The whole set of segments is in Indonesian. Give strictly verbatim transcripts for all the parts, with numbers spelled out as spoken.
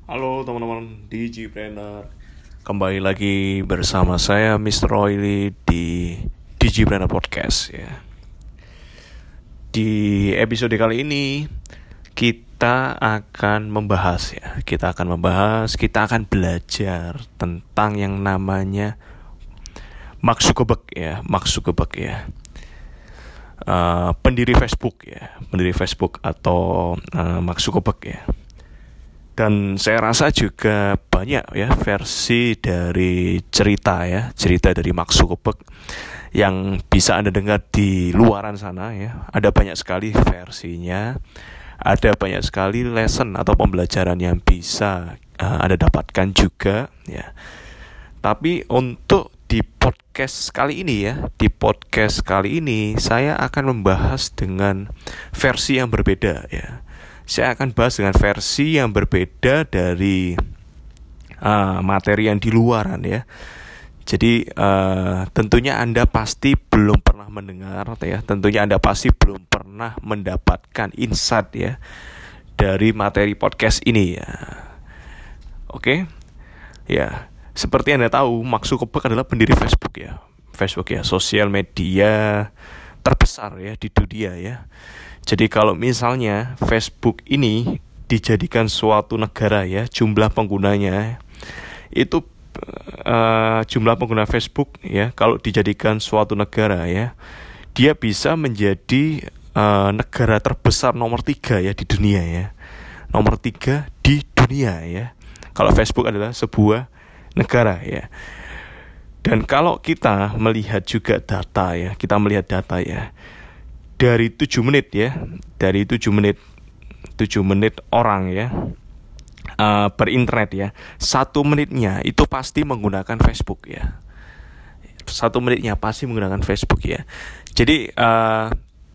Halo teman-teman Digipreneur. Kembali lagi bersama saya mister Royli di Digipreneur Podcast ya. Di episode kali ini kita akan membahas ya, kita akan membahas, kita akan belajar tentang yang namanya Mark Zuckerberg ya, Mark Zuckerberg ya. Uh, pendiri Facebook ya, pendiri Facebook atau uh, Mark Zuckerberg ya. Dan saya rasa juga banyak ya versi dari cerita ya, cerita dari Mark Zuckerberg yang bisa Anda dengar di luaran sana ya. Ada banyak sekali versinya, ada banyak sekali lesson atau pembelajaran yang bisa uh, Anda dapatkan juga ya. Tapi untuk di podcast kali ini ya, di podcast kali ini saya akan membahas dengan versi yang berbeda ya. Saya akan bahas dengan versi yang berbeda dari uh, materi yang di luaran ya. Jadi uh, tentunya Anda pasti belum pernah mendengar ya. Tentunya Anda pasti belum pernah mendapatkan insight ya dari materi podcast ini ya. Oke, ya seperti Anda tahu, Mark Zuckerberg adalah pendiri Facebook ya. Facebook ya, sosial media terbesar ya di dunia ya. Jadi kalau misalnya Facebook ini dijadikan suatu negara ya, jumlah penggunanya itu uh, jumlah pengguna Facebook ya, kalau dijadikan suatu negara ya, dia bisa menjadi uh, negara terbesar nomor tiga ya di dunia ya, nomor tiga di dunia ya. Kalau Facebook adalah sebuah negara ya. Dan kalau kita melihat juga data ya, kita melihat data ya. Dari tujuh menit ya, dari tujuh menit tujuh menit orang ya uh, berinternet ya, satu menitnya itu pasti menggunakan Facebook ya. Satu menitnya pasti menggunakan Facebook ya. Jadi uh,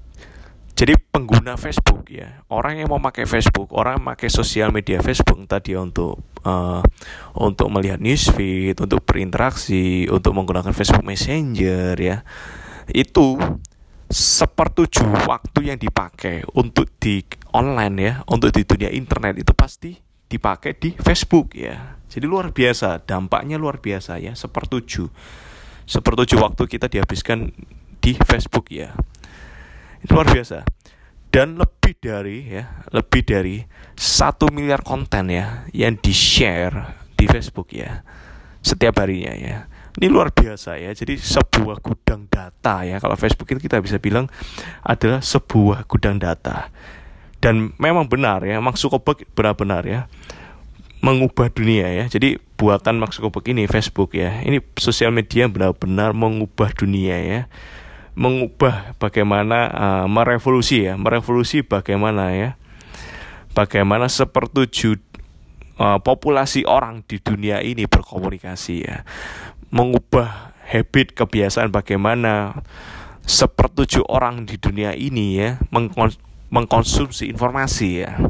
jadi pengguna Facebook ya, orang yang mau pakai Facebook, orang yang pakai sosial media Facebook tadi untuk uh, untuk melihat newsfeed, untuk berinteraksi, untuk menggunakan Facebook Messenger ya, itu sepertujuh waktu yang dipakai untuk di online ya, untuk di dunia internet itu pasti dipakai di Facebook ya. Jadi luar biasa, dampaknya luar biasa ya, sepertujuh sepertujuh waktu kita dihabiskan di Facebook ya. Itu luar biasa. Dan lebih dari ya, lebih dari satu miliar konten ya yang di-share di Facebook ya setiap harinya ya. Ini luar biasa ya. Jadi sebuah gudang data ya. Kalau Facebook itu kita bisa bilang adalah sebuah gudang data. Dan memang benar ya, Mark Zuckerberg benar-benar ya mengubah dunia ya. Jadi buatan Mark Zuckerberg ini, Facebook ya, ini sosial media benar-benar mengubah dunia ya. Mengubah bagaimana uh, merevolusi ya, merevolusi bagaimana ya. Bagaimana sepertujuh uh, populasi orang di dunia ini berkomunikasi ya. Mengubah habit, kebiasaan bagaimana sepertujuh orang di dunia ini ya mengkons- mengkonsumsi informasi ya.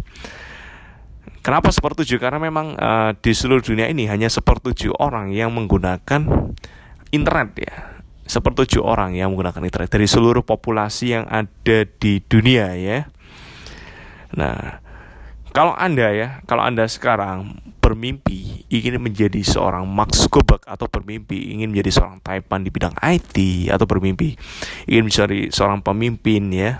Kenapa sepertujuh? Karena memang uh, di seluruh dunia ini hanya sepertujuh orang yang menggunakan internet ya. Sepertujuh orang yang menggunakan internet dari seluruh populasi yang ada di dunia ya. Nah, kalau Anda ya, kalau Anda sekarang bermimpi ingin menjadi seorang Mark Zuckerberg atau bermimpi ingin menjadi seorang Taipan di bidang I T atau bermimpi ingin menjadi seorang pemimpin ya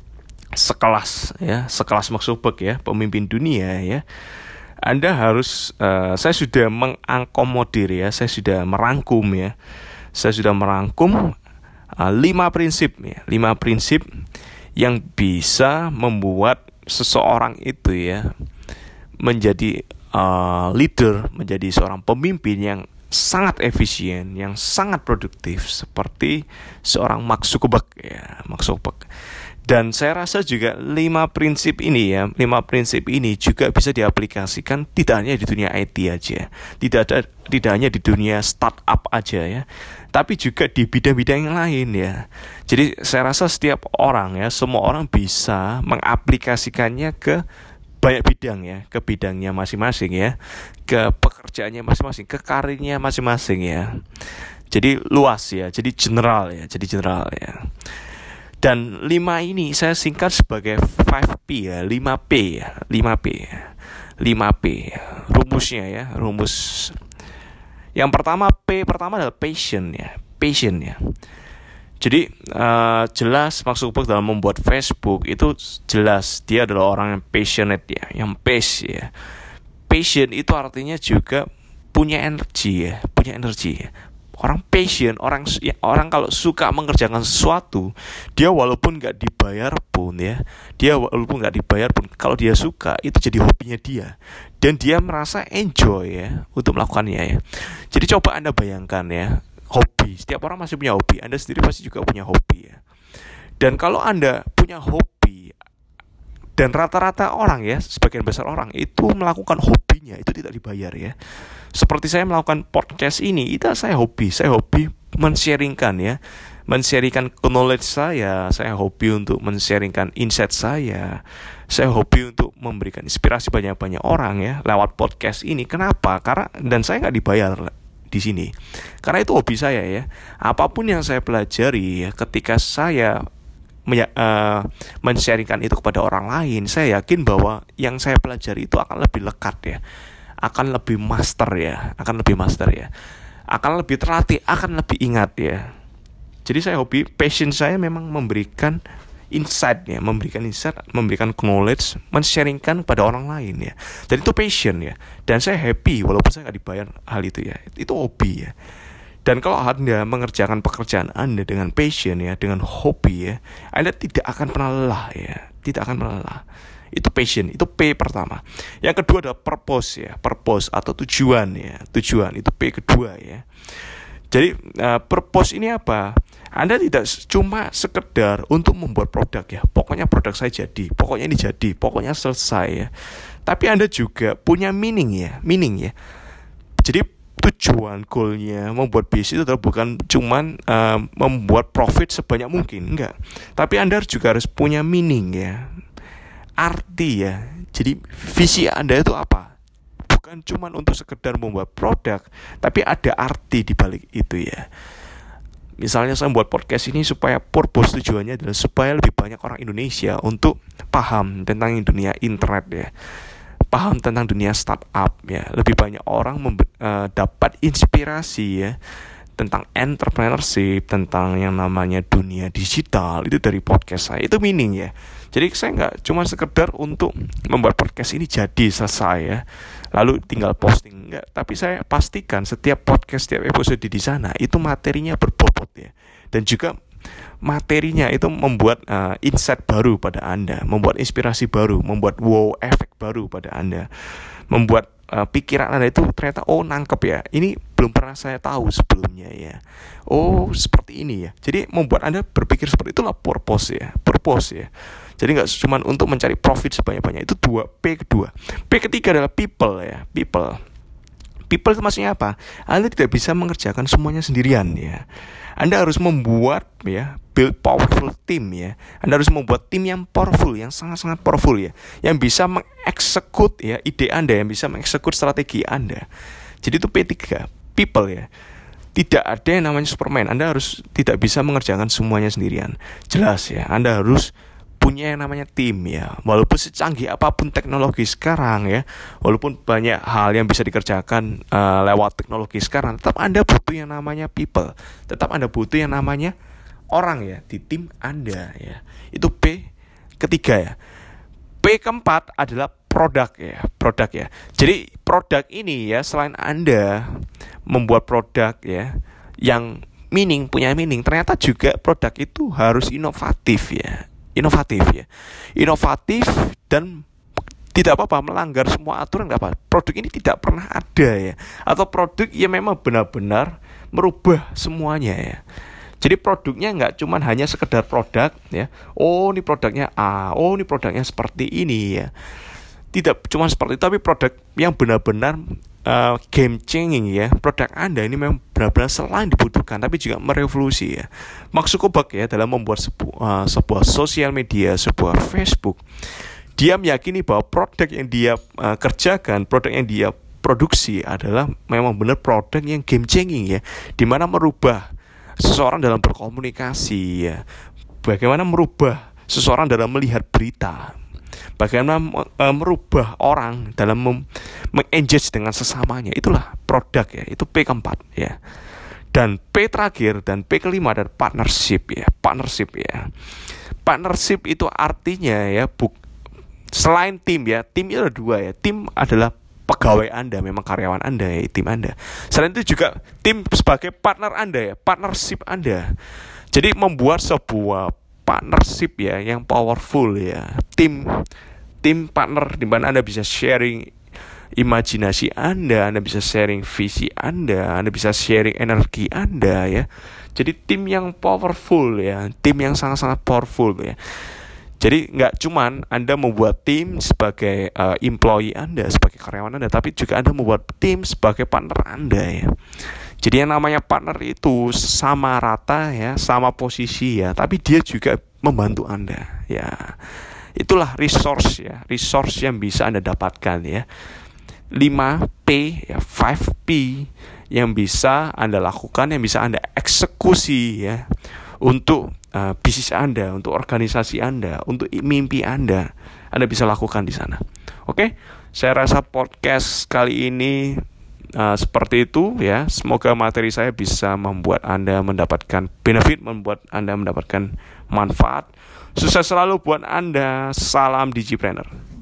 sekelas ya, sekelas Mark Zuckerberg ya, pemimpin dunia ya. Anda harus uh, saya sudah mengakomodir ya, saya sudah merangkum ya. Saya sudah merangkum uh, lima prinsip ya, lima prinsip yang bisa membuat seseorang itu ya menjadi uh, leader, menjadi seorang pemimpin yang sangat efisien, yang sangat produktif seperti seorang Mark Zuckerberg ya, Mark Zuckerberg. Dan saya rasa juga lima prinsip ini ya, lima prinsip ini juga bisa diaplikasikan tidak hanya di dunia I T aja, tidak ada, tidak hanya di dunia startup aja ya, tapi juga di bidang-bidang yang lain ya. Jadi saya rasa setiap orang ya, semua orang bisa mengaplikasikannya ke banyak bidang ya, ke bidangnya masing-masing ya, ke pekerjaannya masing-masing, ke karirnya masing-masing ya. Jadi luas ya, jadi general ya, jadi general ya. Dan lima ini saya singkat sebagai lima P ya, lima P ya, lima P ya. lima P. Rumusnya ya, rumus yang pertama, P pertama adalah passion ya, passion ya. Jadi uh, jelas Mark Zuckerberg dalam membuat Facebook itu jelas dia adalah orang yang passionate ya, yang pace ya. Passion itu artinya juga punya energi ya, punya energi ya. Orang passion, orang ya, orang kalau suka mengerjakan sesuatu, dia walaupun nggak dibayar pun ya, dia walaupun nggak dibayar pun, kalau dia suka itu jadi hobinya dia, dan dia merasa enjoy ya untuk melakukannya ya. Jadi coba Anda bayangkan ya, hobi, setiap orang masih punya hobi, Anda sendiri pasti juga punya hobi ya. Dan kalau Anda punya hobi, dan rata-rata orang ya, sebagian besar orang itu melakukan hobinya itu tidak dibayar ya. Seperti saya melakukan podcast ini, itu saya hobi, saya hobi men-sharingkan ya, men-sharingkan knowledge saya, saya hobi untuk men-sharingkan insight saya, saya hobi untuk memberikan inspirasi banyak-banyak orang ya lewat podcast ini. Kenapa? Karena dan saya nggak dibayar di sini, karena itu hobi saya ya. Apapun yang saya pelajari ya, ketika saya men- uh, men-sharingkan itu kepada orang lain, saya yakin bahwa yang saya pelajari itu akan lebih lekat ya, akan lebih master ya, akan lebih master ya, akan lebih terlatih, akan lebih ingat ya. Jadi saya hobi, passion saya memang memberikan insight ya, memberikan insight, memberikan knowledge, men-sharingkan kepada orang lain ya. Dan itu passion ya. Dan saya happy walaupun saya nggak dibayar hal itu ya. Itu hobi ya. Dan kalau Anda mengerjakan pekerjaan Anda dengan passion ya, dengan hobi ya, Anda tidak akan pernah lelah ya, tidak akan pernah lelah. Itu passion, itu P pertama. Yang kedua adalah purpose ya, purpose atau tujuan ya, tujuan itu P kedua ya. Jadi uh, purpose ini apa? Anda tidak cuma sekedar untuk membuat produk ya, pokoknya produk saya jadi, pokoknya ini jadi, pokoknya selesai ya. Tapi Anda juga punya meaning ya, meaning ya. Jadi tujuan, goalnya membuat bisnis itu adalah bukan cuman uh, membuat profit sebanyak mungkin, enggak. Tapi Anda juga harus punya meaning ya, arti ya. Jadi visi Anda itu apa? Bukan cuma untuk sekedar membuat produk, tapi ada arti di balik itu ya. Misalnya saya membuat podcast ini supaya purpose, tujuannya adalah supaya lebih banyak orang Indonesia untuk paham tentang dunia internet ya, paham tentang dunia startup ya. Lebih banyak orang membe- uh, dapat inspirasi ya tentang entrepreneurship, tentang yang namanya dunia digital itu dari podcast saya. Itu meaning ya. Jadi saya nggak cuma sekedar untuk membuat podcast ini jadi selesai ya, lalu tinggal posting, enggak. Tapi saya pastikan setiap podcast, setiap episode di sana itu materinya berbobot ya, dan juga materinya itu membuat uh, insight baru pada Anda, membuat inspirasi baru, membuat wow efek baru pada Anda, membuat uh, pikiran Anda itu ternyata oh nangkep ya, ini belum pernah saya tahu sebelumnya ya, oh seperti ini ya. Jadi membuat Anda berpikir seperti itulah purpose ya, purpose ya. Jadi nggak cuma untuk mencari profit sebanyak-banyak. Itu dua P kedua. P ketiga adalah people ya, people. People itu maksudnya apa? Anda tidak bisa mengerjakan semuanya sendirian ya. Anda harus membuat ya, build powerful team ya. Anda harus membuat tim yang powerful, yang sangat-sangat powerful ya, yang bisa mengeksekut ya ide Anda, yang bisa mengeksekut strategi Anda. Jadi itu P tiga, people ya. Tidak ada yang namanya Superman. Anda harus tidak bisa mengerjakan semuanya sendirian. Jelas ya, Anda harus punya yang namanya tim ya. Walaupun secanggih apapun teknologi sekarang ya, walaupun banyak hal yang bisa dikerjakan uh, lewat teknologi sekarang, tetap Anda butuh yang namanya people. Tetap Anda butuh yang namanya orang ya di tim Anda ya. Itu P ketiga ya. P keempat adalah produk ya, produk ya. Jadi produk ini ya, selain Anda membuat produk ya yang meaning, punya meaning, ternyata juga produk itu harus inovatif ya. Inovatif ya, inovatif dan tidak apa-apa melanggar semua aturan, nggak apa. Produk ini tidak pernah ada ya, atau produk yang memang benar-benar merubah semuanya ya. Jadi produknya nggak cuma hanya sekedar produk ya. Oh ini produknya A, oh ini produknya seperti ini ya. Tidak cuma seperti itu, tapi produk yang benar-benar uh, game changing ya. Produk Anda ini memang benar-benar selain dibutuhkan, tapi juga merevolusi ya. Mark Zuckerberg ya dalam membuat sebu- uh, sebuah sosial media, sebuah Facebook, dia meyakini bahwa produk yang dia uh, kerjakan, produk yang dia produksi adalah memang benar produk yang game changing ya, dimana merubah seseorang dalam berkomunikasi ya, bagaimana merubah seseorang dalam melihat berita, bagaimana uh, merubah orang dalam mem- mengengage dengan sesamanya. Itulah produk ya, itu P keempat ya. Dan P terakhir dan P kelima adalah partnership ya, partnership ya. Partnership itu artinya ya, buk, selain tim ya, tim itu ada dua ya. Tim adalah pegawai Anda, memang karyawan Anda ya, tim Anda. Selain itu juga tim sebagai partner Anda ya, partnership Anda. Jadi membuat sebuah partnership ya yang powerful ya. Tim tim partner di mana Anda bisa sharing imajinasi Anda, Anda bisa sharing visi Anda, Anda bisa sharing energi Anda ya. Jadi tim yang powerful ya, tim yang sangat-sangat powerful ya. Jadi nggak cuman Anda membuat tim sebagai uh, employee Anda, sebagai karyawan Anda, tapi juga Anda membuat tim sebagai partner Anda ya. Jadi yang namanya partner itu sama rata ya, sama posisi ya, tapi dia juga membantu Anda ya. Itulah resource ya, resource yang bisa Anda dapatkan ya. lima P ya, lima P yang bisa Anda lakukan, yang bisa Anda eksekusi ya untuk uh, bisnis Anda, untuk organisasi Anda, untuk mimpi Anda. Anda bisa lakukan di sana. Oke, saya rasa podcast kali ini uh, seperti itu ya. Semoga materi saya bisa membuat Anda mendapatkan benefit, membuat Anda mendapatkan manfaat. Sukses selalu buat Anda. Salam Digipreneur.